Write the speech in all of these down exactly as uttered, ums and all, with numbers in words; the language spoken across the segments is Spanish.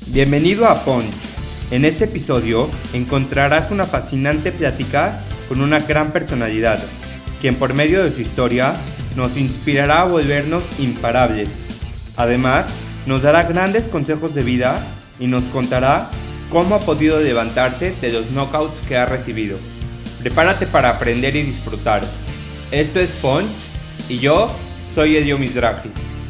Bienvenido a Punch. En este episodio encontrarás una fascinante plática con una gran personalidad, quien por medio de su historia nos inspirará a volvernos imparables. Además, nos dará grandes consejos de vida y nos contará cómo ha podido levantarse de los knockouts que ha recibido. Prepárate para aprender y disfrutar. Esto es Punch y yo soy Elio Mizrahi.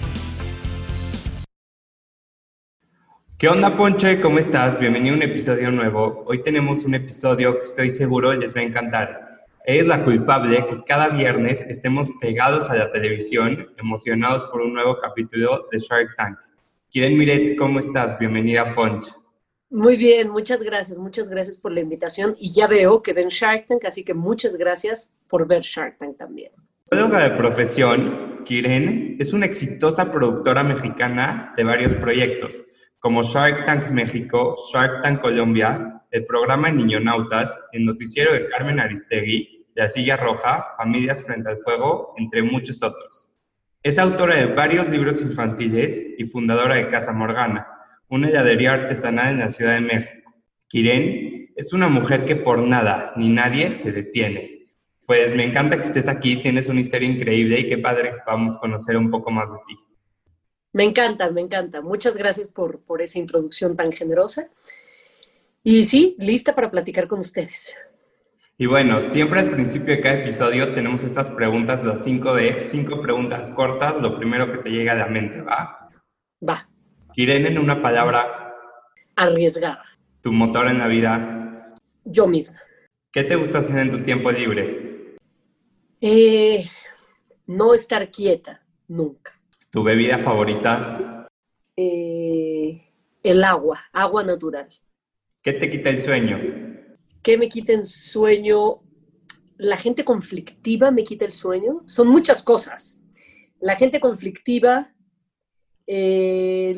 ¿Qué onda, Ponche? ¿Cómo estás? Bienvenido a un episodio nuevo. Hoy tenemos un episodio que estoy seguro les va a encantar. Es la culpable que cada viernes estemos pegados a la televisión, emocionados por un nuevo capítulo de Shark Tank. Kiren Miret, ¿cómo estás? Bienvenida a Punch. Muy bien, muchas gracias, muchas gracias por la invitación. Y ya veo que ven Shark Tank, así que muchas gracias por ver Shark Tank también. Psicóloga de profesión, Kiren es una exitosa productora mexicana de varios proyectos, como Shark Tank México, Shark Tank Colombia, el programa Niñonautas, el noticiero de Carmen Aristegui, La Silla Roja, Familias Frente al Fuego, entre muchos otros. Es autora de varios libros infantiles y fundadora de Casa Morgana, una heladería artesanal en la Ciudad de México. Kiren es una mujer que por nada ni nadie se detiene. Pues me encanta que estés aquí, tienes una historia increíble y qué padre que podamos conocer un poco más de ti. Me encanta, me encanta. Muchas gracias por, por esa introducción tan generosa. Y sí, lista para platicar con ustedes. Y bueno, siempre al principio de cada episodio tenemos estas preguntas, las cinco de cinco preguntas cortas, lo primero que te llega a la mente, ¿va? Va. Kiren, en una palabra. Arriesgada. Tu motor en la vida. Yo misma. ¿Qué te gusta hacer en tu tiempo libre? Eh, no estar quieta, nunca. ¿Tu bebida favorita? Eh, el agua, agua natural. ¿Qué te quita el sueño? ¿Qué me quita el sueño? La gente conflictiva me quita el sueño. Son muchas cosas. La gente conflictiva, eh,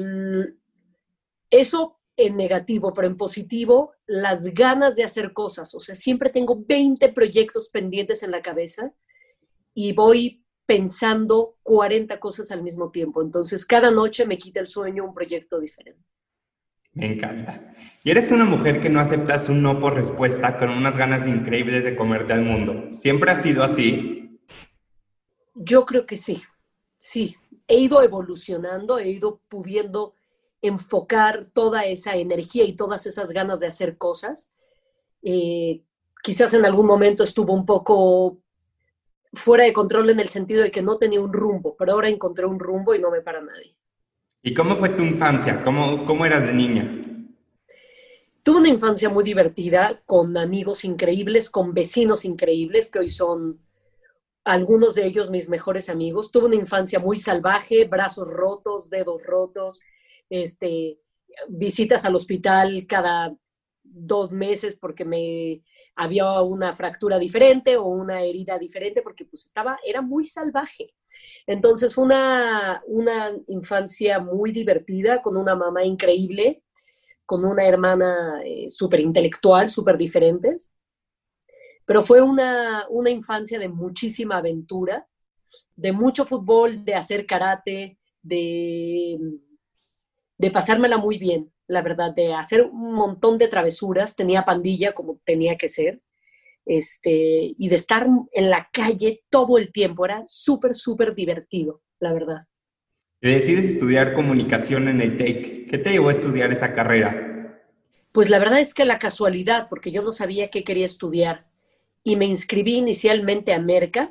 eso en negativo, pero en positivo, las ganas de hacer cosas. O sea, siempre tengo veinte proyectos pendientes en la cabeza y voy pensando cuarenta cosas al mismo tiempo. Entonces, cada noche me quita el sueño un proyecto diferente. Me encanta. Y eres una mujer que no aceptas un no por respuesta con unas ganas increíbles de comerte al mundo. ¿Siempre ha sido así? Yo creo que sí, sí. He ido evolucionando, he ido pudiendo enfocar toda esa energía y todas esas ganas de hacer cosas. Eh, quizás en algún momento estuvo un poco fuera de control en el sentido de que no tenía un rumbo, pero ahora encontré un rumbo y no me para nadie. ¿Y cómo fue tu infancia? ¿Cómo, cómo eras de niña? Tuve una infancia muy divertida, con amigos increíbles, con vecinos increíbles, que hoy son algunos de ellos mis mejores amigos. Tuve una infancia muy salvaje, brazos rotos, dedos rotos, este, visitas al hospital cada dos meses porque me había una fractura diferente o una herida diferente, porque pues estaba, era muy salvaje. Entonces fue una, una infancia muy divertida, con una mamá increíble, con una hermana eh, súper intelectual, súper diferentes. Pero fue una, una infancia de muchísima aventura, de mucho fútbol, de hacer karate, de, de pasármela muy bien, la verdad, de hacer un montón de travesuras. Tenía pandilla como tenía que ser, este, y de estar en la calle todo el tiempo. Era súper, súper divertido, la verdad. Y decides estudiar comunicación en el TEC. ¿Qué te llevó a estudiar esa carrera? Pues la verdad es que la casualidad, porque yo no sabía qué quería estudiar, y me inscribí inicialmente a Merca,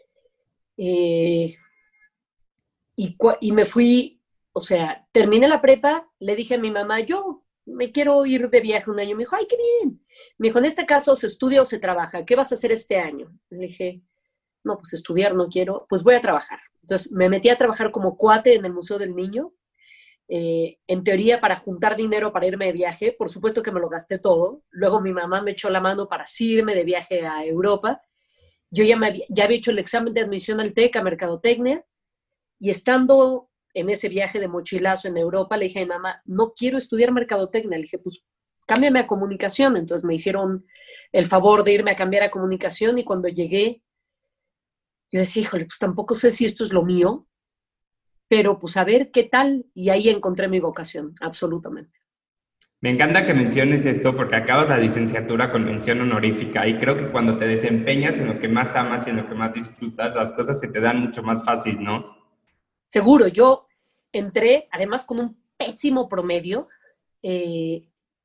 eh, y, y me fui, o sea, terminé la prepa, le dije a mi mamá, yo me quiero ir de viaje un año. Me dijo, ay, qué bien. Me dijo, en este caso, ¿se estudia o se trabaja? ¿Qué vas a hacer este año? Le dije, no, pues estudiar no quiero, pues voy a trabajar. Entonces me metí a trabajar como cuate en el Museo del Niño, eh, en teoría para juntar dinero para irme de viaje. Por supuesto que me lo gasté todo. Luego mi mamá me echó la mano para sí irme de viaje a Europa. Yo ya, me había, ya había hecho el examen de admisión al TEC, a Mercadotecnia, y estando en ese viaje de mochilazo en Europa, le dije a mi mamá, no quiero estudiar Mercadotecnia. Le dije, pues cámbiame a comunicación. Entonces me hicieron el favor de irme a cambiar a comunicación, y cuando llegué, yo decía, híjole, pues tampoco sé si esto es lo mío, pero pues a ver qué tal. Y ahí encontré mi vocación, absolutamente. Me encanta que menciones esto porque acabas la licenciatura con mención honorífica y creo que cuando te desempeñas en lo que más amas y en lo que más disfrutas, las cosas se te dan mucho más fácil, ¿no? Seguro, yo entré además con un pésimo promedio eh,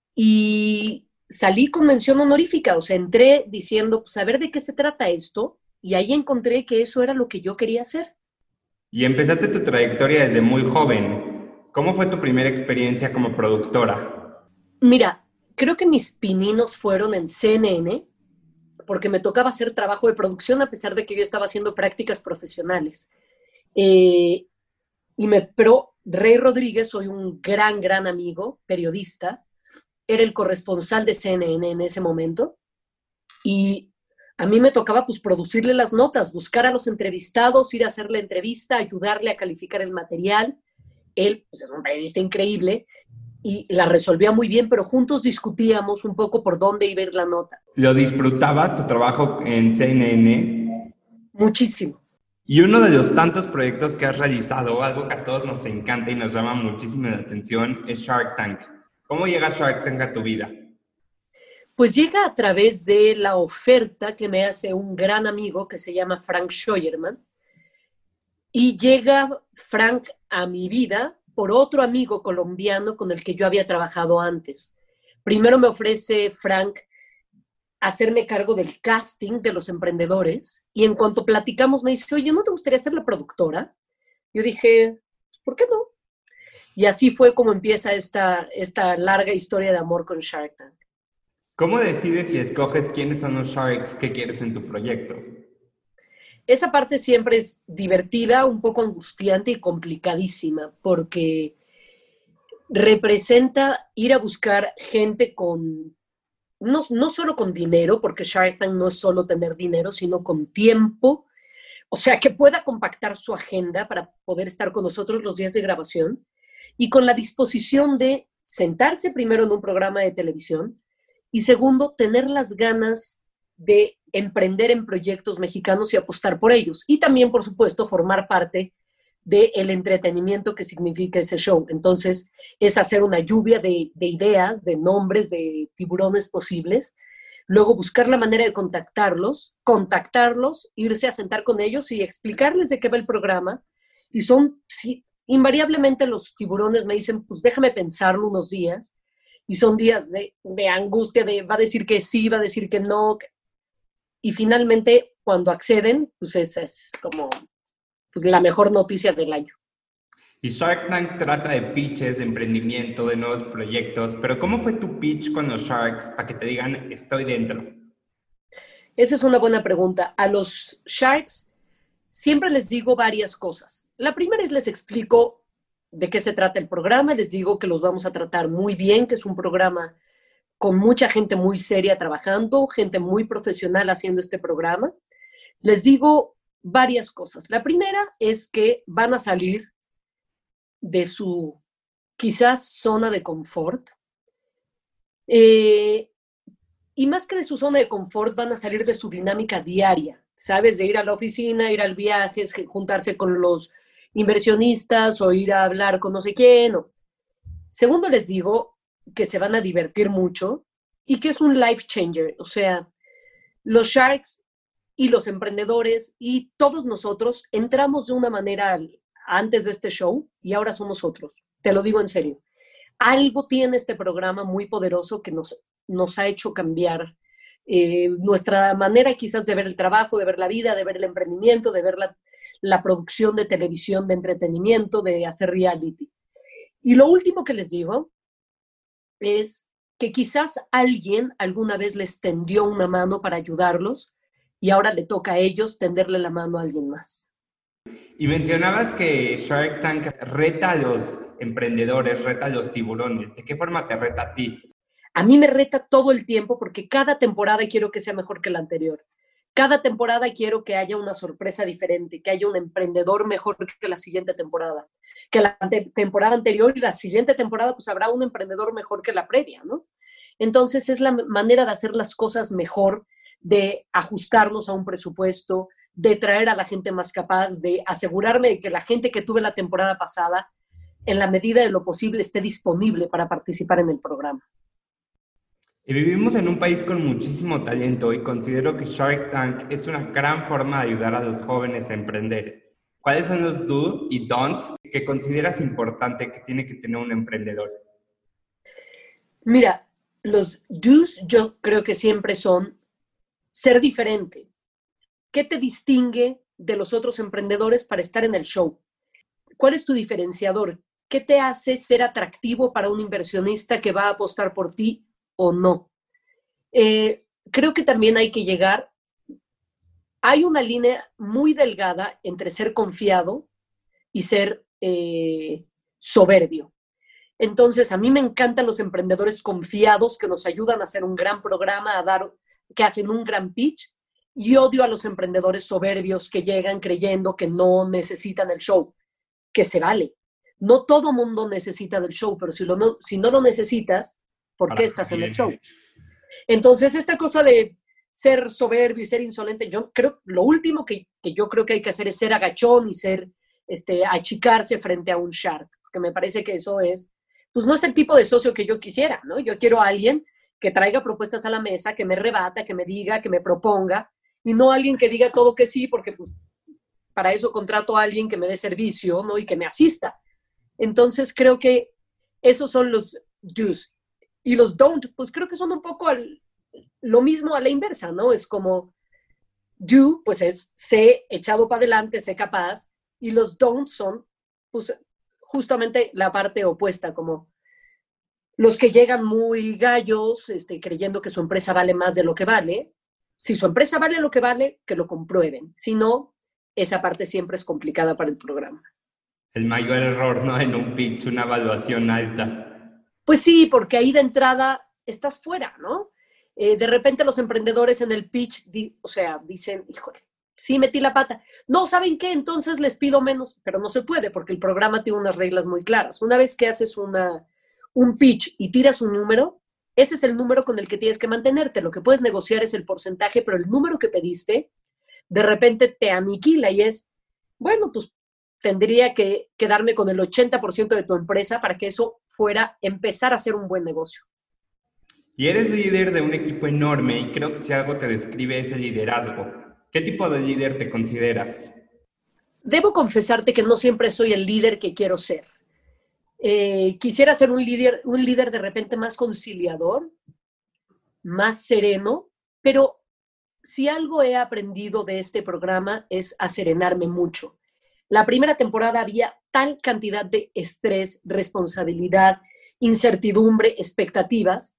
y salí con mención honorífica, o sea, entré diciendo, pues a ver de qué se trata esto, y ahí encontré que eso era lo que yo quería hacer. Y empezaste tu trayectoria desde muy joven. ¿Cómo fue tu primera experiencia como productora? Mira, creo que mis pininos fueron en C N N, porque me tocaba hacer trabajo de producción a pesar de que yo estaba haciendo prácticas profesionales. Eh, y me, pero Rey Rodríguez, soy un gran, gran amigo, periodista, era el corresponsal de C N N en ese momento, y a mí me tocaba pues producirle las notas, buscar a los entrevistados, ir a hacer la entrevista, ayudarle a calificar el material. Él pues, es un periodista increíble y la resolvía muy bien, pero juntos discutíamos un poco por dónde iba a ir la nota. ¿Lo disfrutabas tu trabajo en C N N? Muchísimo. Y uno de los tantos proyectos que has realizado, algo que a todos nos encanta y nos llama muchísimo la atención, es Shark Tank. ¿Cómo llega Shark Tank a tu vida? Pues llega a través de la oferta que me hace un gran amigo que se llama Frank Scheuerman. Y llega Frank a mi vida por otro amigo colombiano con el que yo había trabajado antes. Primero me ofrece Frank hacerme cargo del casting de los emprendedores y en cuanto platicamos me dice, oye, ¿no te gustaría ser la productora? Yo dije, ¿por qué no? Y así fue como empieza esta, esta larga historia de amor con Shark Tank. ¿Cómo decides y escoges quiénes son los Sharks que quieres en tu proyecto? Esa parte siempre es divertida, un poco angustiante y complicadísima, porque representa ir a buscar gente con, no, no solo con dinero, porque Shark Tank no es solo tener dinero, sino con tiempo, o sea, que pueda compactar su agenda para poder estar con nosotros los días de grabación y con la disposición de sentarse primero en un programa de televisión y segundo, tener las ganas de emprender en proyectos mexicanos y apostar por ellos. Y también, por supuesto, formar parte del entretenimiento que significa ese show. Entonces, es hacer una lluvia de, de ideas, de nombres, de tiburones posibles, luego buscar la manera de contactarlos, contactarlos, irse a sentar con ellos y explicarles de qué va el programa. Y son, sí, invariablemente los tiburones me dicen, pues déjame pensarlo unos días. Y son días de, de angustia, de va a decir que sí, va a decir que no. Y finalmente, cuando acceden, pues esa es como pues, la mejor noticia del año. Y Shark Tank trata de pitches, de emprendimiento, de nuevos proyectos, pero ¿cómo fue tu pitch con los Sharks para que te digan estoy dentro? Esa es una buena pregunta. A los Sharks siempre les digo varias cosas. La primera es les explico de qué se trata el programa, les digo que los vamos a tratar muy bien, que es un programa con mucha gente muy seria trabajando, gente muy profesional haciendo este programa. Les digo varias cosas. La primera es que van a salir de su quizás zona de confort. Eh, y más que de su zona de confort, van a salir de su dinámica diaria, ¿sabes? De ir a la oficina, ir al viaje, juntarse con los inversionistas o ir a hablar con no sé quién. No. Segundo, les digo que se van a divertir mucho y que es un life changer. O sea, los Sharks y los emprendedores y todos nosotros entramos de una manera antes de este show y ahora somos otros. Te lo digo en serio. Algo tiene este programa muy poderoso que nos, nos ha hecho cambiar eh, nuestra manera quizás de ver el trabajo, de ver la vida, de ver el emprendimiento, de ver la, la producción de televisión, de entretenimiento, de hacer reality. Y lo último que les digo es que quizás alguien alguna vez les tendió una mano para ayudarlos y ahora le toca a ellos tenderle la mano a alguien más. Y mencionabas que Shark Tank reta a los emprendedores, reta a los tiburones. ¿De qué forma te reta a ti? A mí me reta todo el tiempo porque cada temporada quiero que sea mejor que la anterior. Cada temporada quiero que haya una sorpresa diferente, que haya un emprendedor mejor que la siguiente temporada. Que la te- temporada anterior y la siguiente temporada pues habrá un emprendedor mejor que la previa, ¿no? Entonces es la manera de hacer las cosas mejor, de ajustarnos a un presupuesto, de traer a la gente más capaz, de asegurarme de que la gente que tuve la temporada pasada en la medida de lo posible, esté disponible para participar en el programa. Y vivimos en un país con muchísimo talento y considero que Shark Tank es una gran forma de ayudar a los jóvenes a emprender. ¿Cuáles son los do y don'ts que consideras importante que tiene que tener un emprendedor? Mira, los do's yo creo que siempre son ser diferente. ¿Qué te distingue de los otros emprendedores para estar en el show? ¿Cuál es tu diferenciador? ¿Qué te hace ser atractivo para un inversionista que va a apostar por ti o no? Eh, creo que también hay que llegar, hay una línea muy delgada entre ser confiado y ser eh, soberbio. Entonces, a mí me encantan los emprendedores confiados que nos ayudan a hacer un gran programa, a dar, que hacen un gran pitch, y odio a los emprendedores soberbios que llegan creyendo que no necesitan el show, que se vale. No todo mundo necesita del show, pero si, lo no, si no lo necesitas, ¿por qué estás en el show? Entonces, esta cosa de ser soberbio y ser insolente, yo creo, lo último que, que yo creo que hay que hacer es ser agachón y ser, este, achicarse frente a un shark, porque me parece que eso es, pues no es el tipo de socio que yo quisiera, ¿no? Yo quiero a alguien que traiga propuestas a la mesa, que me rebata, que me diga, que me proponga, y no alguien que diga todo que sí, porque pues para eso contrato a alguien que me dé servicio, ¿no? Y que me asista. Entonces creo que esos son los do's. Y los don't, pues creo que son un poco al, lo mismo a la inversa, ¿no? Es como do, pues es sé echado para adelante, sé capaz, y los don't son, pues justamente la parte opuesta, como los que llegan muy gallos, este, creyendo que su empresa vale más de lo que vale. Si su empresa vale lo que vale, que lo comprueben. Si no, esa parte siempre es complicada para el programa. El mayor error, ¿no? En un pitch, una evaluación alta. Pues sí, porque ahí de entrada estás fuera, ¿no? Eh, de repente los emprendedores en el pitch, di, o sea, dicen, híjole, sí metí la pata. No, ¿saben qué? Entonces les pido menos, pero no se puede porque el programa tiene unas reglas muy claras. Una vez que haces una, un pitch y tiras un número, ese es el número con el que tienes que mantenerte. Lo que puedes negociar es el porcentaje, pero el número que pediste de repente te aniquila y es, bueno, pues tendría que quedarme con el ochenta por ciento de tu empresa para que eso fuera empezar a ser un buen negocio. Y eres líder de un equipo enorme y creo que si algo te describe es el liderazgo. ¿Qué tipo de líder te consideras? Debo confesarte que no siempre soy el líder que quiero ser. Eh, quisiera ser un líder, un líder de repente más conciliador, más sereno, pero si algo he aprendido de este programa es a serenarme mucho. La primera temporada había tal cantidad de estrés, responsabilidad, incertidumbre, expectativas,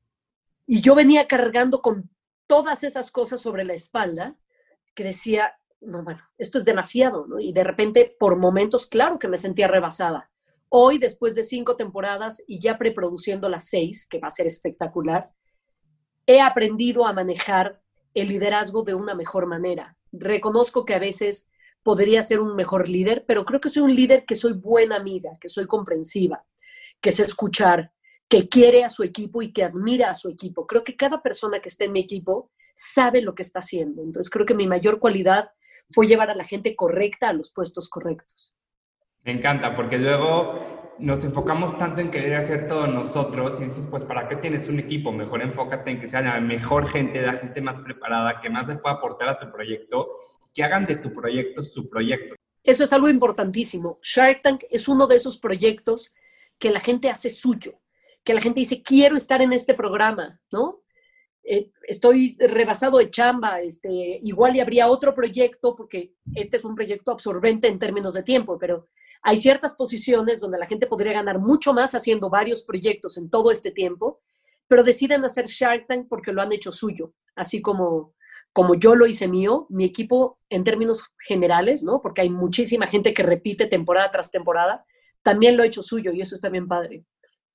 y yo venía cargando con todas esas cosas sobre la espalda que decía, no, bueno, esto es demasiado, ¿no? Y de repente, por momentos, claro que me sentía rebasada. Hoy, después de cinco temporadas y ya preproduciendo las seis, que va a ser espectacular, he aprendido a manejar el liderazgo de una mejor manera. Reconozco que a veces podría ser un mejor líder, pero creo que soy un líder que soy buena amiga, que soy comprensiva, que sé escuchar, que quiere a su equipo y que admira a su equipo. Creo que cada persona que esté en mi equipo sabe lo que está haciendo. Entonces creo que mi mayor cualidad fue llevar a la gente correcta a los puestos correctos. Me encanta, porque luego nos enfocamos tanto en querer hacer todo nosotros y dices, pues, ¿para qué tienes un equipo? Mejor enfócate en que sea la mejor gente, la gente más preparada, que más le pueda aportar a tu proyecto, que hagan de tu proyecto su proyecto. Eso es algo importantísimo. Shark Tank es uno de esos proyectos que la gente hace suyo, que la gente dice, quiero estar en este programa, ¿no? Eh, estoy rebasado de chamba, este, igual y habría otro proyecto, porque este es un proyecto absorbente en términos de tiempo, pero hay ciertas posiciones donde la gente podría ganar mucho más haciendo varios proyectos en todo este tiempo, pero deciden hacer Shark Tank porque lo han hecho suyo, así como, como yo lo hice mío, mi equipo en términos generales, ¿no? Porque hay muchísima gente que repite temporada tras temporada, también lo ha hecho suyo y eso está bien padre.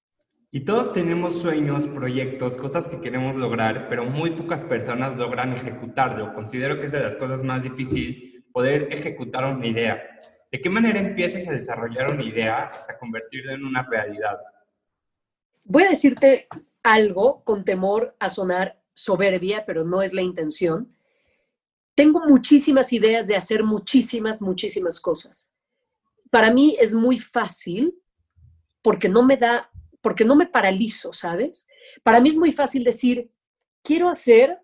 Y todos tenemos sueños, proyectos, cosas que queremos lograr, pero muy pocas personas logran ejecutarlo. Considero que es de las cosas más difíciles poder ejecutar una idea. ¿De qué manera empiezas a desarrollar una idea hasta convertirla en una realidad? Voy a decirte algo con temor a sonar soberbia, pero no es la intención. Tengo muchísimas ideas de hacer muchísimas, muchísimas cosas. Para mí es muy fácil porque no me da, porque no me paralizo, ¿sabes? Para mí es muy fácil decir, quiero hacer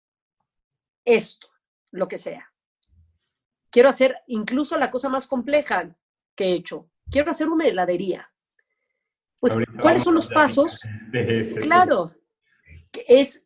esto, lo que sea. Quiero hacer incluso la cosa más compleja que he hecho. Quiero hacer una heladería. Pues, Ahorita ¿cuáles vamos son a los hablar pasos? de ese tema. Claro, es,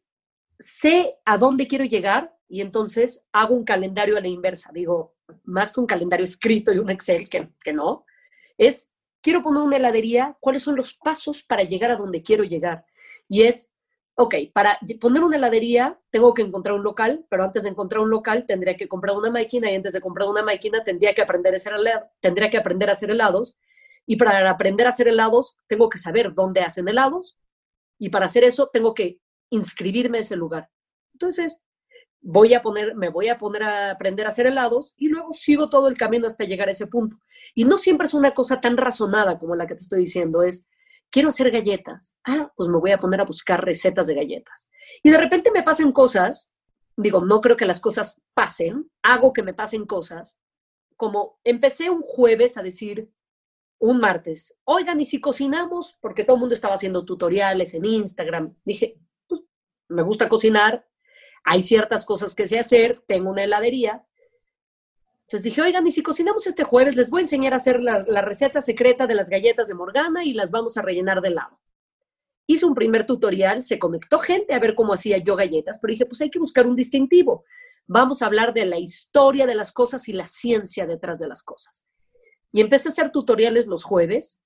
sé a dónde quiero llegar y entonces hago un calendario a la inversa. Digo, más que un calendario escrito y un Excel, que, que no, es, quiero poner una heladería, ¿cuáles son los pasos para llegar a donde quiero llegar? Y es, ok, para poner una heladería tengo que encontrar un local, pero antes de encontrar un local tendría que comprar una máquina y antes de comprar una máquina tendría que aprender a hacer, helado, tendría que aprender a hacer helados y para aprender a hacer helados tengo que saber dónde hacen helados y para hacer eso tengo que inscribirme a ese lugar. Entonces, voy a poner, me voy a poner a aprender a hacer helados y luego sigo todo el camino hasta llegar a ese punto. Y no siempre es una cosa tan razonada como la que te estoy diciendo, es, quiero hacer galletas. Ah, pues me voy a poner a buscar recetas de galletas. Y de repente me pasan cosas, digo, no creo que las cosas pasen, hago que me pasen cosas, como empecé un jueves a decir, un martes, oigan, ¿y si cocinamos? Porque todo el mundo estaba haciendo tutoriales en Instagram. Dije, pues me gusta cocinar, hay ciertas cosas que sé hacer, tengo una heladería. Entonces dije, oigan, ¿y si cocinamos este jueves? Les voy a enseñar a hacer la, la receta secreta de las galletas de Morgana y las vamos a rellenar de helado. Hice un primer tutorial, se conectó gente a ver cómo hacía yo galletas, pero dije, pues hay que buscar un distintivo. Vamos a hablar de la historia de las cosas y la ciencia detrás de las cosas. Y empecé a hacer tutoriales los jueves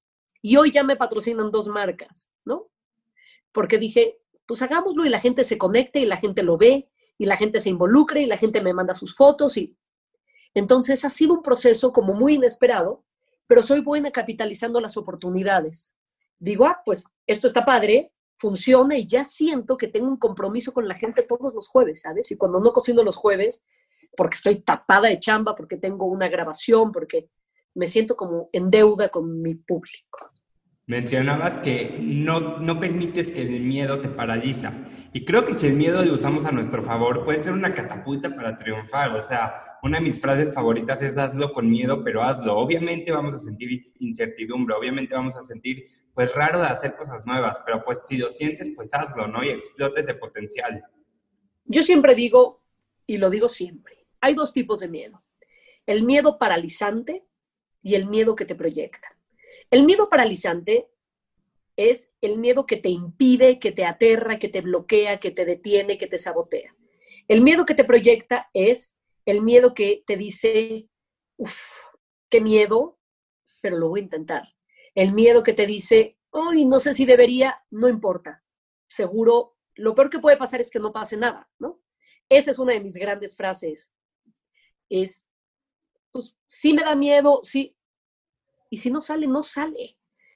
y hoy ya me patrocinan dos marcas, ¿no? Porque dije, pues hagámoslo y la gente se conecte y la gente lo ve y la gente se involucre y la gente me manda sus fotos y entonces ha sido un proceso como muy inesperado, pero soy buena capitalizando las oportunidades. Digo, ah, pues esto está padre, funciona y ya siento que tengo un compromiso con la gente todos los jueves, ¿sabes? Y cuando no cocino los jueves, porque estoy tapada de chamba, porque tengo una grabación, porque me siento como en deuda con mi público. Mencionabas que no, no permites que el miedo te paraliza. Y creo que si el miedo lo usamos a nuestro favor, puede ser una catapulta para triunfar. O sea, una de mis frases favoritas es hazlo con miedo, pero hazlo. Obviamente vamos a sentir incertidumbre, obviamente vamos a sentir, pues, raro de hacer cosas nuevas, pero pues si lo sientes, pues hazlo, ¿no? Y explota ese potencial. Yo siempre digo, y lo digo siempre, hay dos tipos de miedo. El miedo paralizante y el miedo que te proyecta. El miedo paralizante es el miedo que te impide, que te aterra, que te bloquea, que te detiene, que te sabotea. El miedo que te proyecta es el miedo que te dice, uff, qué miedo, pero lo voy a intentar. El miedo que te dice, uy, no sé si debería, no importa. Seguro, lo peor que puede pasar es que no pase nada, ¿no? Esa es una de mis grandes frases. Es, pues, sí me da miedo, sí. Y si no sale, no sale.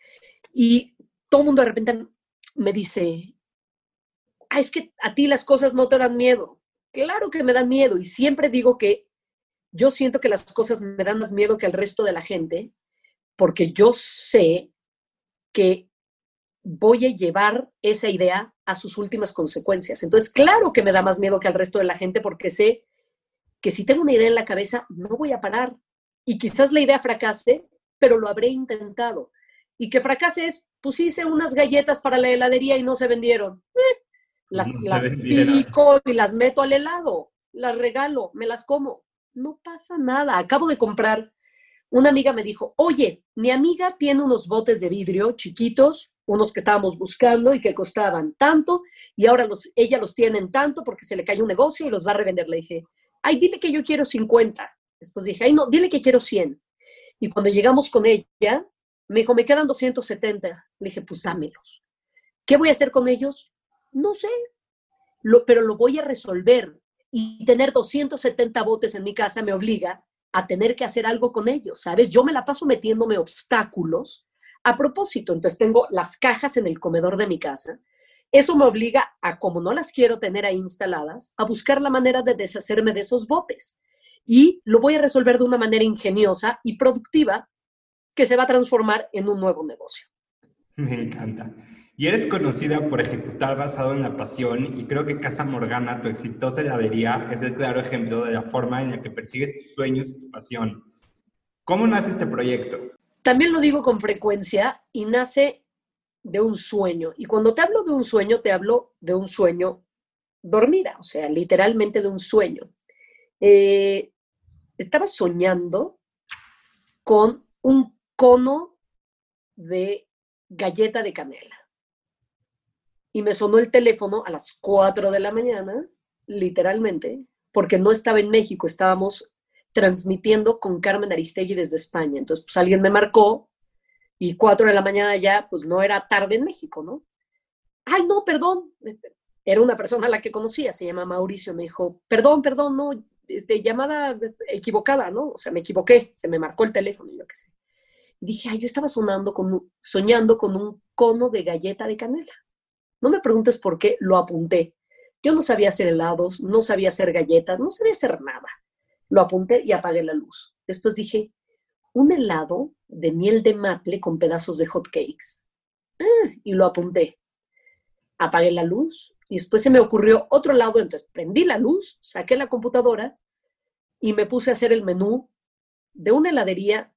Y todo el mundo de repente me dice, ah, es que a ti las cosas no te dan miedo. Claro que me dan miedo y siempre digo que yo siento que las cosas me dan más miedo que al resto de la gente porque yo sé que voy a llevar esa idea a sus últimas consecuencias. Entonces, claro que me da más miedo que al resto de la gente porque sé que si tengo una idea en la cabeza, no voy a parar. Y quizás la idea fracase, pero lo habré intentado. Y que fracase es, pues hice unas galletas para la heladería y no se vendieron. Eh, las, No se las vendieron. pico y las meto al helado, las regalo, me las como. No pasa nada. Acabo de comprar, una amiga me dijo, oye, mi amiga tiene unos botes de vidrio chiquitos, unos que estábamos buscando y que costaban tanto, y ahora los, ella los tiene en tanto porque se le cayó un negocio y los va a revender. Le dije, ay, dile que yo quiero cincuenta. Después dije, ay, no, dile que quiero cien. Y cuando llegamos con ella, me dijo, me quedan doscientos setenta. Le dije, pues dámelos. ¿Qué voy a hacer con ellos? No sé, lo, pero lo voy a resolver. Y tener doscientos setenta botes en mi casa me obliga a tener que hacer algo con ellos, ¿sabes? Yo me la paso metiéndome obstáculos a propósito. Entonces tengo las cajas en el comedor de mi casa. Eso me obliga a, como no las quiero tener ahí instaladas, a buscar la manera de deshacerme de esos botes. Y lo voy a resolver de una manera ingeniosa y productiva que se va a transformar en un nuevo negocio. Me encanta. Y eres conocida por ejecutar basado en la pasión y creo que Casa Morgana, tu exitosa heladería, es el claro ejemplo de la forma en la que persigues tus sueños y tu pasión. ¿Cómo nace este proyecto? También lo digo con frecuencia y nace de un sueño. Y cuando te hablo de un sueño, te hablo de un sueño dormida, o sea, literalmente de un sueño. Eh, estaba soñando con un cono de galleta de canela. Y me sonó el teléfono a las cuatro de la mañana, literalmente, porque no estaba en México, estábamos transmitiendo con Carmen Aristegui desde España. Entonces, pues alguien me marcó y cuatro de la mañana ya, pues no era tarde en México, ¿no? Ay, no, perdón. Era una persona a la que conocía, se llama Mauricio, me dijo, perdón, perdón, no, este, llamada equivocada, ¿no? O sea, me equivoqué, se me marcó el teléfono, yo qué sé. Y dije, ay, yo estaba sonando con, soñando con un cono de galleta de canela. No me preguntes por qué, lo apunté. Yo no sabía hacer helados, no sabía hacer galletas, no sabía hacer nada. Lo apunté y apagué la luz. Después dije, un helado de miel de maple con pedazos de hot cakes. Ah, y lo apunté. Apagué la luz y después se me ocurrió otro helado, entonces prendí la luz, saqué la computadora y me puse a hacer el menú de una heladería.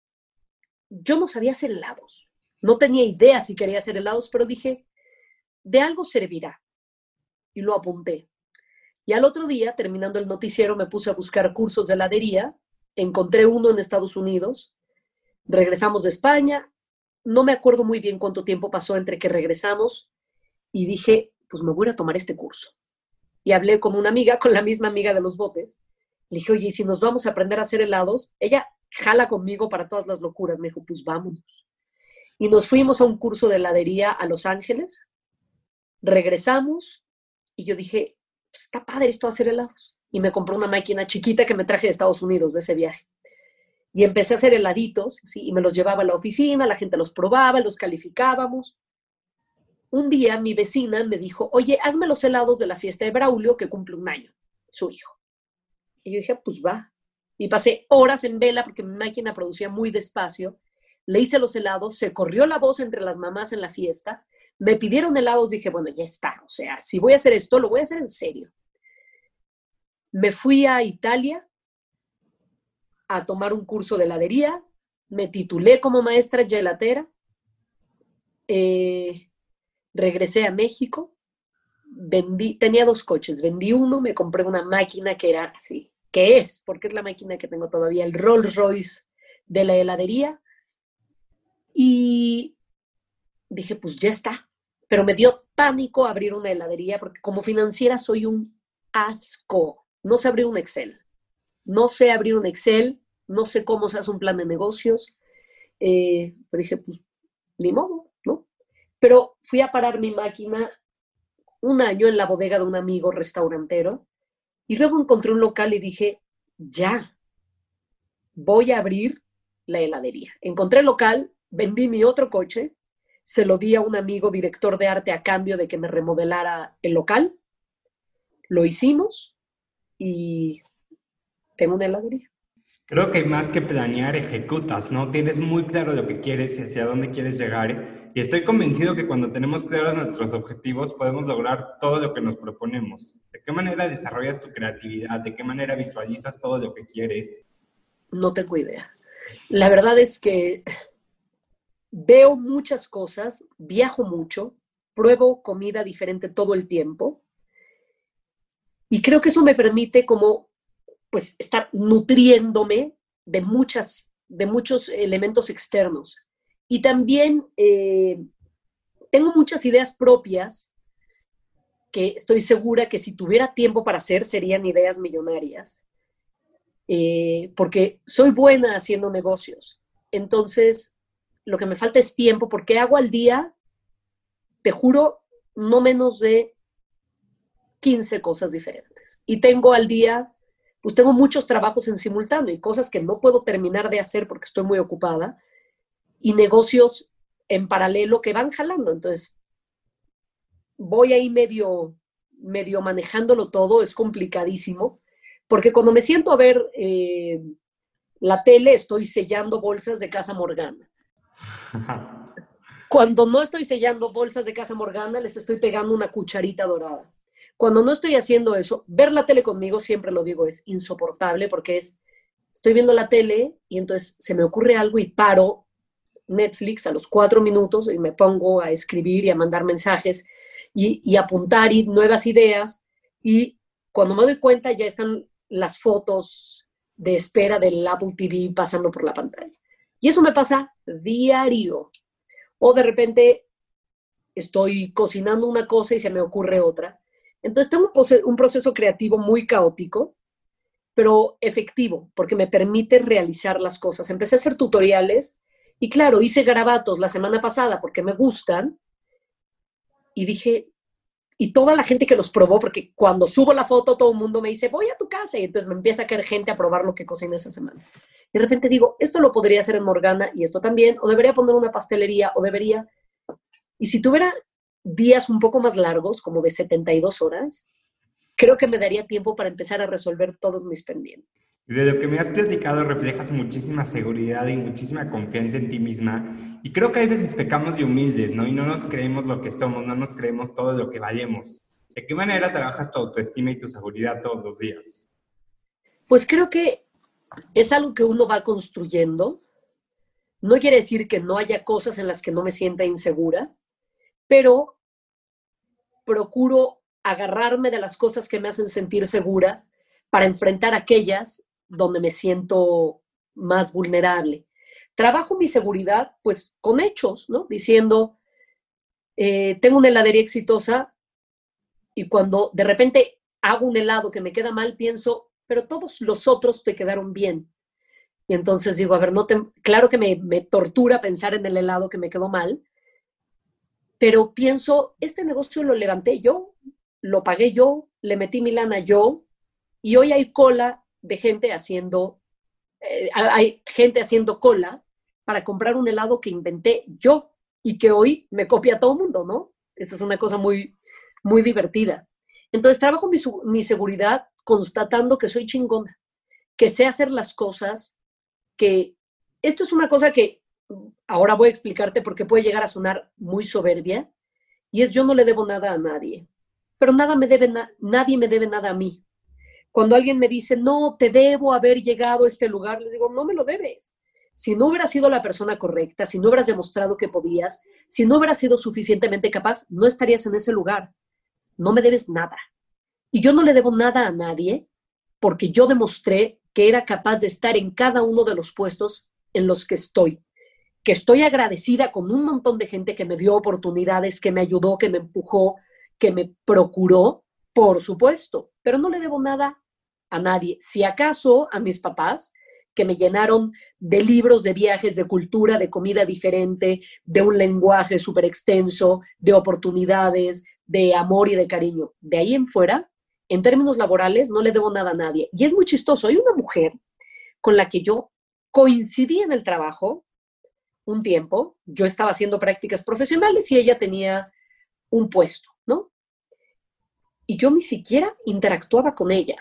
Yo no sabía hacer helados, no tenía idea si quería hacer helados, pero dije, de algo servirá. Y lo apunté. Y al otro día, terminando el noticiero, me puse a buscar cursos de heladería. Encontré uno en Estados Unidos. Regresamos de España. No me acuerdo muy bien cuánto tiempo pasó entre que regresamos. Y dije, pues me voy a tomar este curso. Y hablé con una amiga, con la misma amiga de los botes. Le dije, oye, ¿y si nos vamos a aprender a hacer helados? Ella jala conmigo para todas las locuras. Me dijo, pues vámonos. Y nos fuimos a un curso de heladería a Los Ángeles. Regresamos y yo dije, pues está padre esto hacer helados. Y me compré una máquina chiquita que me traje de Estados Unidos de ese viaje. Y empecé a hacer heladitos, ¿sí? Y me los llevaba a la oficina, la gente los probaba, los calificábamos. Un día mi vecina me dijo, oye, hazme los helados de la fiesta de Braulio, que cumple un año, su hijo. Y yo dije, pues va. Y pasé horas en vela porque mi máquina producía muy despacio. Le hice los helados, se corrió la voz entre las mamás en la fiesta. Me pidieron helados, dije, bueno, ya está. O sea, si voy a hacer esto, lo voy a hacer en serio. Me fui a Italia a tomar un curso de heladería. Me titulé como maestra gelatera. Eh, regresé a México. Vendí, tenía dos coches. Vendí uno, me compré una máquina que era así. Que es, porque es la máquina que tengo todavía, el Rolls Royce de la heladería. Y dije, pues ya está. Pero me dio pánico abrir una heladería porque como financiera soy un asco. No sé abrir un Excel. No sé abrir un Excel. No sé cómo se hace un plan de negocios. Eh, pero dije, pues, ni modo, ¿no? Pero fui a parar mi máquina un año en la bodega de un amigo restaurantero y luego encontré un local y dije, ya, voy a abrir la heladería. Encontré el local, vendí mi otro coche, se lo di a un amigo director de arte a cambio de que me remodelara el local. Lo hicimos y tengo una heladería. Creo que más que planear, ejecutas, ¿no? Tienes muy claro lo que quieres y hacia dónde quieres llegar. Y estoy convencido que cuando tenemos claros nuestros objetivos, podemos lograr todo lo que nos proponemos. ¿De qué manera desarrollas tu creatividad? ¿De qué manera visualizas todo lo que quieres? No tengo idea. La verdad es que veo muchas cosas, viajo mucho, pruebo comida diferente todo el tiempo y creo que eso me permite como pues estar nutriéndome de muchas, de muchos elementos externos. Y también eh, tengo muchas ideas propias que estoy segura que si tuviera tiempo para hacer serían ideas millonarias, eh, porque soy buena haciendo negocios. Entonces, lo que me falta es tiempo, porque hago al día, te juro, no menos de quince cosas diferentes. Y tengo al día, pues tengo muchos trabajos en simultáneo y cosas que no puedo terminar de hacer porque estoy muy ocupada y negocios en paralelo que van jalando. Entonces, voy ahí medio, medio manejándolo todo, es complicadísimo, porque cuando me siento a ver eh, la tele, estoy sellando bolsas de Casa Morgana. Cuando no estoy sellando bolsas de Casa Morgana, les estoy pegando una cucharita dorada. Cuando no estoy haciendo eso, ver la tele conmigo, siempre lo digo, es insoportable porque es, estoy viendo la tele y entonces se me ocurre algo y paro Netflix a los cuatro minutos y me pongo a escribir y a mandar mensajes y, y apuntar y nuevas ideas. Y cuando me doy cuenta ya están las fotos de espera del Apple T V pasando por la pantalla. Y eso me pasa diario. O de repente estoy cocinando una cosa y se me ocurre otra. Entonces tengo un proceso creativo muy caótico, pero efectivo, porque me permite realizar las cosas. Empecé a hacer tutoriales y claro, hice garabatos la semana pasada porque me gustan y dije, y toda la gente que los probó, porque cuando subo la foto todo el mundo me dice, voy a tu casa, y entonces me empieza a caer gente a probar lo que cociné esa semana. De repente digo, esto lo podría hacer en Morgana y esto también, o debería poner una pastelería, o debería... Y si tuviera días un poco más largos, como de setenta y dos horas, creo que me daría tiempo para empezar a resolver todos mis pendientes. De lo que me has platicado reflejas muchísima seguridad y muchísima confianza en ti misma. Y creo que hay veces pecamos de humildes, ¿no? Y no nos creemos lo que somos, no nos creemos todo lo que valemos. ¿De qué manera trabajas tu autoestima y tu seguridad todos los días? Pues creo que es algo que uno va construyendo. No quiere decir que no haya cosas en las que no me sienta insegura, pero procuro agarrarme de las cosas que me hacen sentir segura para enfrentar aquellas donde me siento más vulnerable. Trabajo mi seguridad, pues, con hechos, ¿no? Diciendo, eh, tengo una heladería exitosa y cuando de repente hago un helado que me queda mal, pienso, pero todos los otros te quedaron bien. Y entonces digo, a ver, no te, claro que me, me tortura pensar en el helado que me quedó mal, pero pienso, este negocio lo levanté yo, lo pagué yo, le metí mi lana yo, y hoy hay cola de gente haciendo, eh, hay gente haciendo cola para comprar un helado que inventé yo y que hoy me copia todo el mundo, ¿no? Esa es una cosa muy, muy divertida. Entonces trabajo mi, mi seguridad constatando que soy chingona, que sé hacer las cosas, que esto es una cosa que ahora voy a explicarte porque puede llegar a sonar muy soberbia, y es yo no le debo nada a nadie, pero nada me debe na- nadie me debe nada a mí. Cuando alguien me dice, no, te debo haber llegado a este lugar, les digo, no me lo debes. Si no hubieras sido la persona correcta, si no hubieras demostrado que podías, si no hubieras sido suficientemente capaz, no estarías en ese lugar. No me debes nada. Y yo no le debo nada a nadie porque yo demostré que era capaz de estar en cada uno de los puestos en los que estoy. Que estoy agradecida con un montón de gente que me dio oportunidades, que me ayudó, que me empujó, que me procuró, por supuesto, pero no le debo nada a nadie. Si acaso a mis papás, que me llenaron de libros de viajes, de cultura, de comida diferente, de un lenguaje súper extenso, de oportunidades, de amor y de cariño. De ahí en fuera, en términos laborales, no le debo nada a nadie. Y es muy chistoso. Hay una mujer con la que yo coincidí en el trabajo un tiempo. Yo estaba haciendo prácticas profesionales y ella tenía un puesto, ¿no? Y yo ni siquiera interactuaba con ella.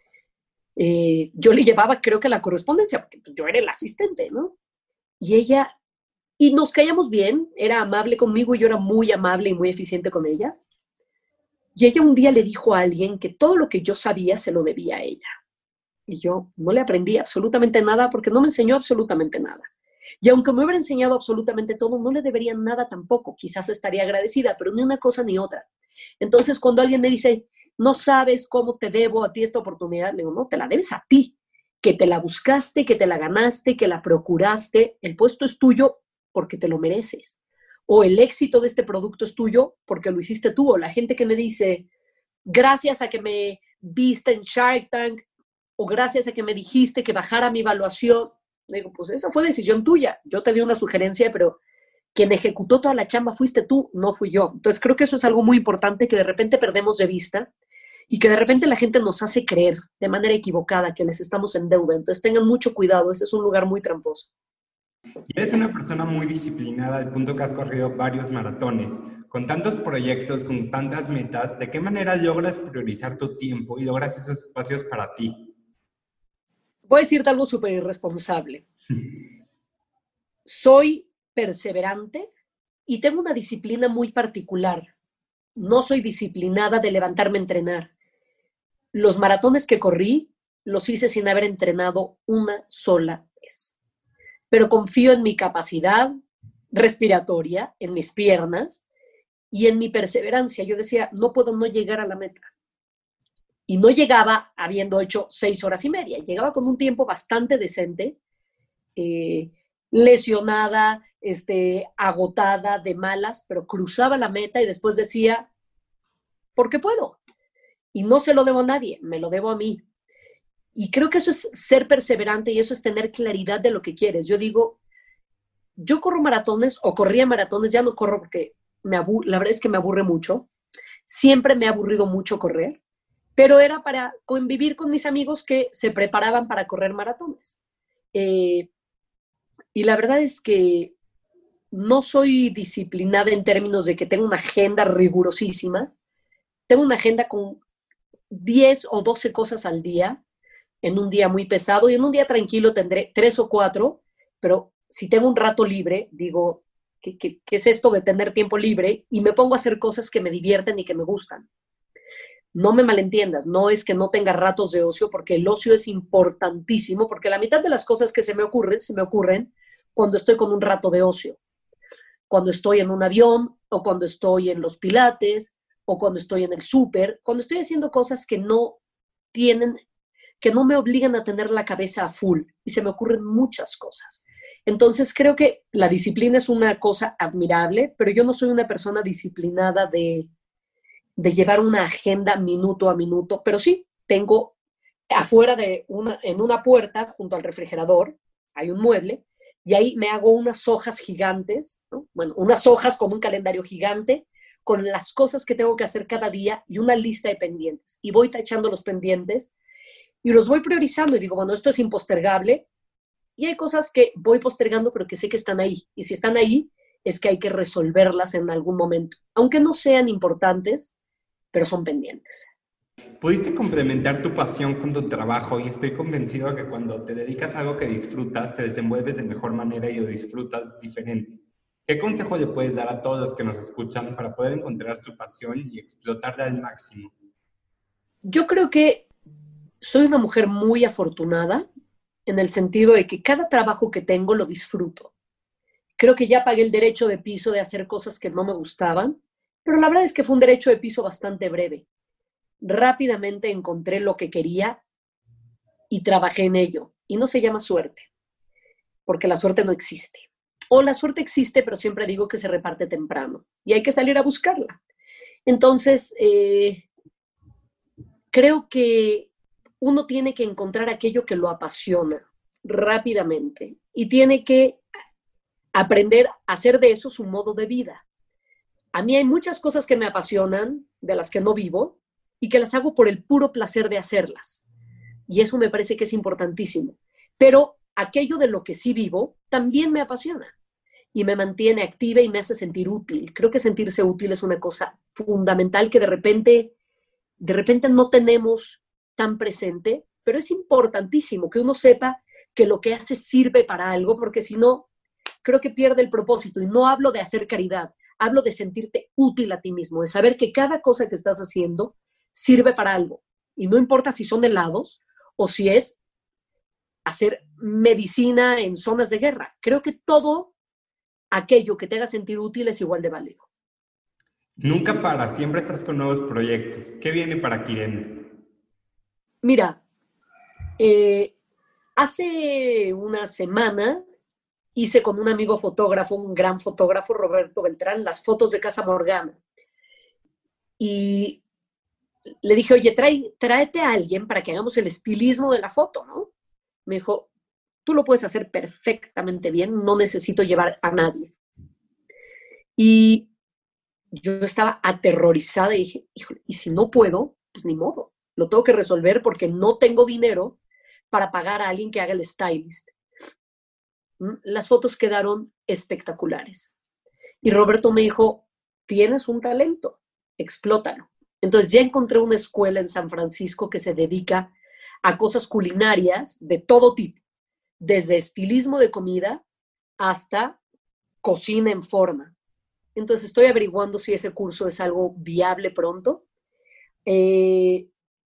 Eh, yo le llevaba, creo que la correspondencia, porque yo era el asistente, ¿no? Y ella, y nos caíamos bien, era amable conmigo y yo era muy amable y muy eficiente con ella. Y ella un día le dijo a alguien que todo lo que yo sabía se lo debía a ella. Y yo no le aprendí absolutamente nada porque no me enseñó absolutamente nada. Y aunque me hubiera enseñado absolutamente todo, no le debería nada tampoco. Quizás estaría agradecida, pero ni una cosa ni otra. Entonces, cuando alguien me dice, no sabes cómo te debo a ti esta oportunidad, le digo, no, te la debes a ti, que te la buscaste, que te la ganaste, que la procuraste. El puesto es tuyo porque te lo mereces. O el éxito de este producto es tuyo porque lo hiciste tú. O la gente que me dice, gracias a que me viste en Shark Tank, o gracias a que me dijiste que bajara mi evaluación. Le digo, pues esa fue decisión tuya. Yo te di una sugerencia, pero quien ejecutó toda la chamba fuiste tú, no fui yo. Entonces creo que eso es algo muy importante que de repente perdemos de vista y que de repente la gente nos hace creer de manera equivocada que les estamos en deuda. Entonces tengan mucho cuidado, ese es un lugar muy tramposo. Y eres una persona muy disciplinada al punto que has corrido varios maratones. Con tantos proyectos, con tantas metas, ¿de qué manera logras priorizar tu tiempo y logras esos espacios para ti? Voy a decirte algo súper irresponsable. Soy perseverante y tengo una disciplina muy particular. No soy disciplinada de levantarme a entrenar. Los maratones que corrí los hice sin haber entrenado una sola vez. Pero confío en mi capacidad, respiratoria, en mis piernas y en mi perseverancia. Yo decía, no puedo no llegar a la meta. Y no llegaba habiendo hecho seis horas y media, llegaba con un tiempo bastante decente, eh, lesionada, este, agotada, de malas, pero cruzaba la meta y después decía, ¿por qué puedo? Y no se lo debo a nadie, me lo debo a mí. Y creo que eso es ser perseverante y eso es tener claridad de lo que quieres. Yo digo, yo corro maratones o corría maratones, ya no corro porque me abu- la verdad es que me aburre mucho. Siempre me ha aburrido mucho correr, pero era para convivir con mis amigos que se preparaban para correr maratones. Eh, y la verdad es que no soy disciplinada en términos de que tengo una agenda rigurosísima. Tengo una agenda con diez o doce cosas al día, en un día muy pesado, y en un día tranquilo tendré tres o cuatro, pero si tengo un rato libre, digo, ¿qué, qué, qué es esto de tener tiempo libre? Y me pongo a hacer cosas que me divierten y que me gustan. No me malentiendas, no es que no tenga ratos de ocio, porque el ocio es importantísimo, porque la mitad de las cosas que se me ocurren, se me ocurren cuando estoy con un rato de ocio, cuando estoy en un avión, o cuando estoy en los pilates, o cuando estoy en el súper, cuando estoy haciendo cosas que no tienen, que no me obligan a tener la cabeza a full, y se me ocurren muchas cosas. Entonces creo que la disciplina es una cosa admirable, pero yo no soy una persona disciplinada de de llevar una agenda minuto a minuto, pero sí, tengo afuera de una, en una puerta, junto al refrigerador, hay un mueble, y ahí me hago unas hojas gigantes, ¿no? Bueno, unas hojas con un calendario gigante, con las cosas que tengo que hacer cada día y una lista de pendientes. Y voy tachando los pendientes y los voy priorizando y digo, bueno, esto es impostergable. Y hay cosas que voy postergando, pero que sé que están ahí. Y si están ahí, es que hay que resolverlas en algún momento. Aunque no sean importantes, pero son pendientes. Pudiste complementar tu pasión con tu trabajo y estoy convencido de que cuando te dedicas a algo que disfrutas, te desenvuelves de mejor manera y lo disfrutas diferente. ¿Qué consejo le puedes dar a todos los que nos escuchan para poder encontrar su pasión y explotarla al máximo? Yo creo que soy una mujer muy afortunada en el sentido de que cada trabajo que tengo lo disfruto. Creo que ya pagué el derecho de piso de hacer cosas que no me gustaban, pero la verdad es que fue un derecho de piso bastante breve. Rápidamente encontré lo que quería y trabajé en ello. Y no se llama suerte, porque la suerte no existe. O la suerte existe, pero siempre digo que se reparte temprano y hay que salir a buscarla. Entonces, eh, creo que uno tiene que encontrar aquello que lo apasiona rápidamente y tiene que aprender a hacer de eso su modo de vida. A mí hay muchas cosas que me apasionan, de las que no vivo, y que las hago por el puro placer de hacerlas. Y eso me parece que es importantísimo. Pero aquello de lo que sí vivo también me apasiona y me mantiene activa y me hace sentir útil. Creo que sentirse útil es una cosa fundamental que de repente, de repente no tenemos tan presente, pero es importantísimo que uno sepa que lo que hace sirve para algo, porque si no, creo que pierde el propósito. Y no hablo de hacer caridad, hablo de sentirte útil a ti mismo, de saber que cada cosa que estás haciendo sirve para algo. Y no importa si son helados o si es hacer medicina en zonas de guerra. Creo que todo aquello que te haga sentir útil es igual de válido. Nunca para, siempre estás con nuevos proyectos. ¿Qué viene para Kyrene? Mira, eh, hace una semana hice con un amigo fotógrafo, un gran fotógrafo, Roberto Beltrán, las fotos de Casa Morgana. Y le dije, oye, trae, tráete a alguien para que hagamos el estilismo de la foto, ¿no? Me dijo, tú lo puedes hacer perfectamente bien, no necesito llevar a nadie. Y yo estaba aterrorizada y dije, híjole, y si no puedo, pues ni modo, lo tengo que resolver porque no tengo dinero para pagar a alguien que haga el stylist. Las fotos quedaron espectaculares. Y Roberto me dijo, tienes un talento, explótalo. Entonces ya encontré una escuela en San Francisco que se dedica a cosas culinarias de todo tipo, desde estilismo de comida hasta cocina en forma. Entonces estoy averiguando si ese curso es algo viable pronto. Eh,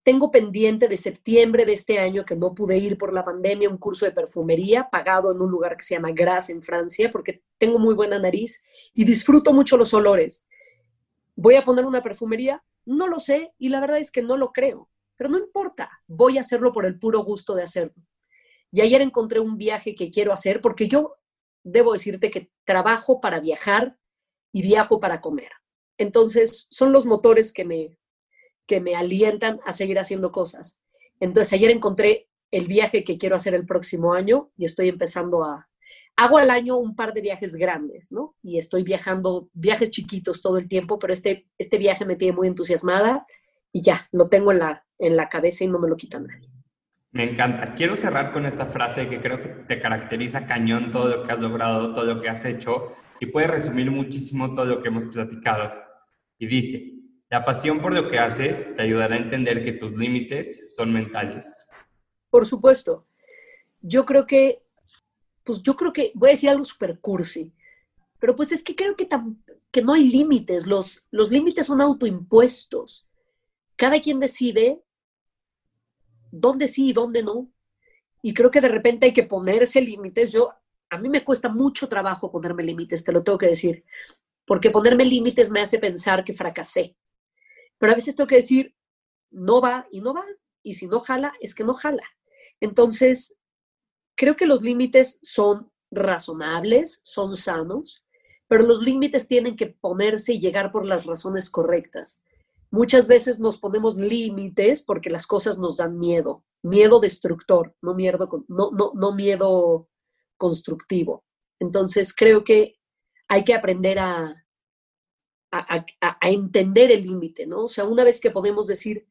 tengo pendiente de septiembre de este año, que no pude ir por la pandemia, un curso de perfumería pagado en un lugar que se llama Grasse en Francia, porque tengo muy buena nariz y disfruto mucho los olores. ¿Voy a poner una perfumería? No lo sé y la verdad es que no lo creo, pero no importa, voy a hacerlo por el puro gusto de hacerlo. Y ayer encontré un viaje que quiero hacer porque yo debo decirte que trabajo para viajar y viajo para comer. Entonces, son los motores que me, que me alientan a seguir haciendo cosas. Entonces, ayer encontré el viaje que quiero hacer el próximo año y estoy empezando a... Hago al año un par de viajes grandes, ¿no? Y estoy viajando, viajes chiquitos todo el tiempo, pero este, este viaje me tiene muy entusiasmada y ya, lo tengo en la, en la cabeza y no me lo quita nadie. Me encanta. Quiero cerrar con esta frase que creo que te caracteriza cañón todo lo que has logrado, todo lo que has hecho y puede resumir muchísimo todo lo que hemos platicado. Y dice, la pasión por lo que haces te ayudará a entender que tus límites son mentales. Por supuesto. Yo creo que, pues yo creo que, voy a decir algo súper cursi, pero pues es que creo que, tam, que no hay límites. Los, los límites son autoimpuestos. Cada quien decide dónde sí y dónde no. Y creo que de repente hay que ponerse límites. Yo, a mí me cuesta mucho trabajo ponerme límites, te lo tengo que decir, porque ponerme límites me hace pensar que fracasé. Pero a veces tengo que decir, no va y no va, y si no jala, es que no jala. Entonces, creo que los límites son razonables, son sanos, pero los límites tienen que ponerse y llegar por las razones correctas. Muchas veces nos ponemos límites porque las cosas nos dan miedo, miedo destructor, no miedo, no, no, no miedo constructivo. Entonces, creo que hay que aprender a, a, a, a entender el límite, ¿no? O sea, una vez que podemos decir,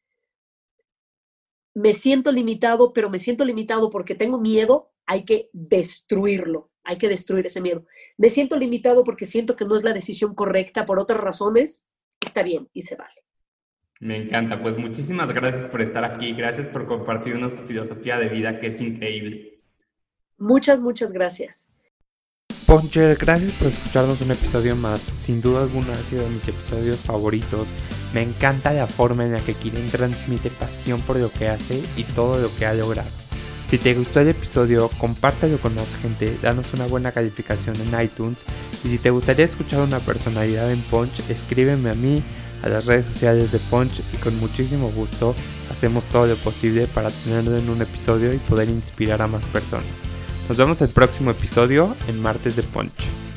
me siento limitado, pero me siento limitado porque tengo miedo, hay que destruirlo, hay que destruir ese miedo. Me siento limitado porque siento que no es la decisión correcta por otras razones, está bien y se vale. Me encanta, pues muchísimas gracias por estar aquí, gracias por compartirnos tu filosofía de vida que es increíble. Muchas, muchas gracias. Poncher, gracias por escucharnos un episodio más. Sin duda alguna ha sido de mis episodios favoritos. Me encanta la forma en la que Kiren transmite pasión por lo que hace y todo lo que ha logrado. Si te gustó el episodio, compártelo con más gente, danos una buena calificación en iTunes y si te gustaría escuchar una personalidad en Punch, escríbeme a mí, a las redes sociales de Punch y con muchísimo gusto hacemos todo lo posible para tenerlo en un episodio y poder inspirar a más personas. Nos vemos el próximo episodio en Martes de Punch.